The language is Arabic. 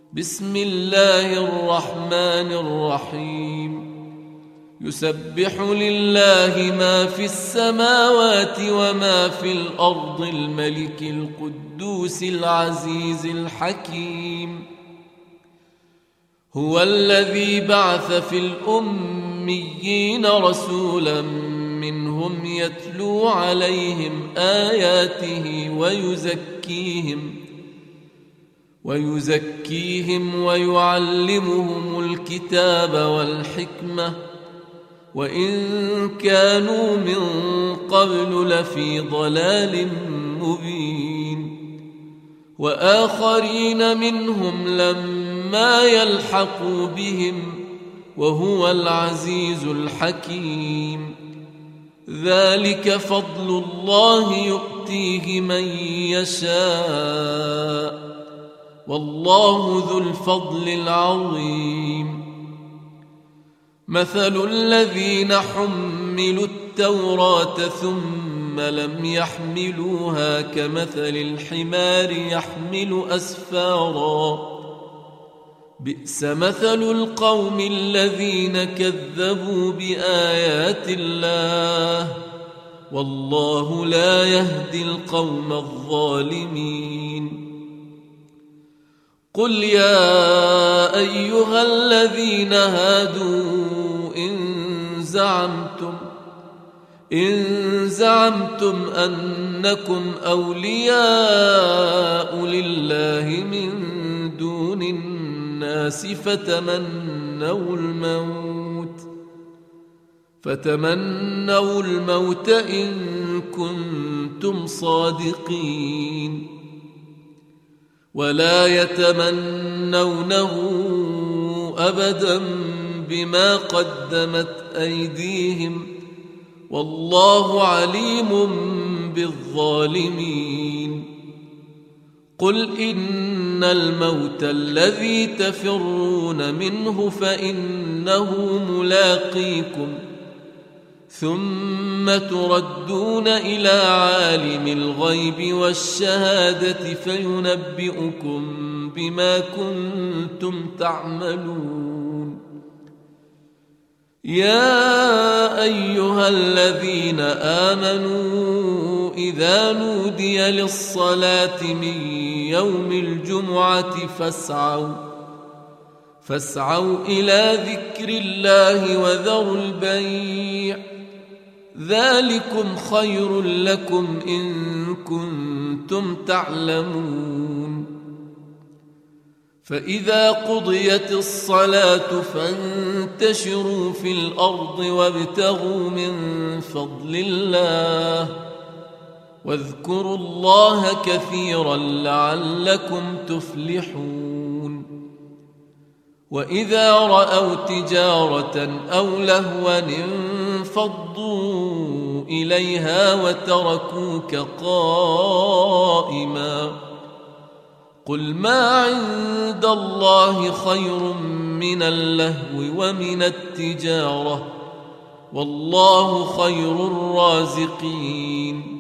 بسم الله الرحمن الرحيم. يسبح لله ما في السماوات وما في الأرض الملك القدوس العزيز الحكيم. هو الذي بعث في الأميين رسولا منهم يتلو عليهم آياته ويزكيهم ويعلمهم الكتاب والحكمة وإن كانوا من قبل لفي ضلال مبين. وآخرين منهم لما يلحقوا بهم وهو العزيز الحكيم. ذلك فضل الله يؤتيه من يشاء والله ذو الفضل العظيم. مثل الذين حملوا التوراة ثم لم يحملوها كمثل الحمار يحمل أسفارا بئس مثل القوم الذين كذبوا بآيات الله والله لا يهدي القوم الظالمين. قل يا أيها الذين هادوا إن زعمتم أنكم أولياء لله من دون الناس فتمنوا الموت إن كنتم صادقين ولا يتمنونه أبدا بما قدمت أيديهم والله عليم بالظالمين. قل إن الموت الذي تفرون منه فإنه ملاقيكم ثم تردون إلى عالم الغيب والشهادة فينبئكم بما كنتم تعملون. يا أيها الذين آمنوا إذا نودي للصلاة من يوم الجمعة فاسعوا إلى ذكر الله وذروا البيع ذلكم خير لكم إن كنتم تعلمون. فإذا قضيت الصلاة فانتشروا في الأرض وابتغوا من فضل الله واذكروا الله كثيرا لعلكم تفلحون. وإذا رأوا تجارة أو لهوا انفضوا إليها وتركوك قائما. قل ما عند الله خير من اللهو ومن التجارة والله خير الرازقين.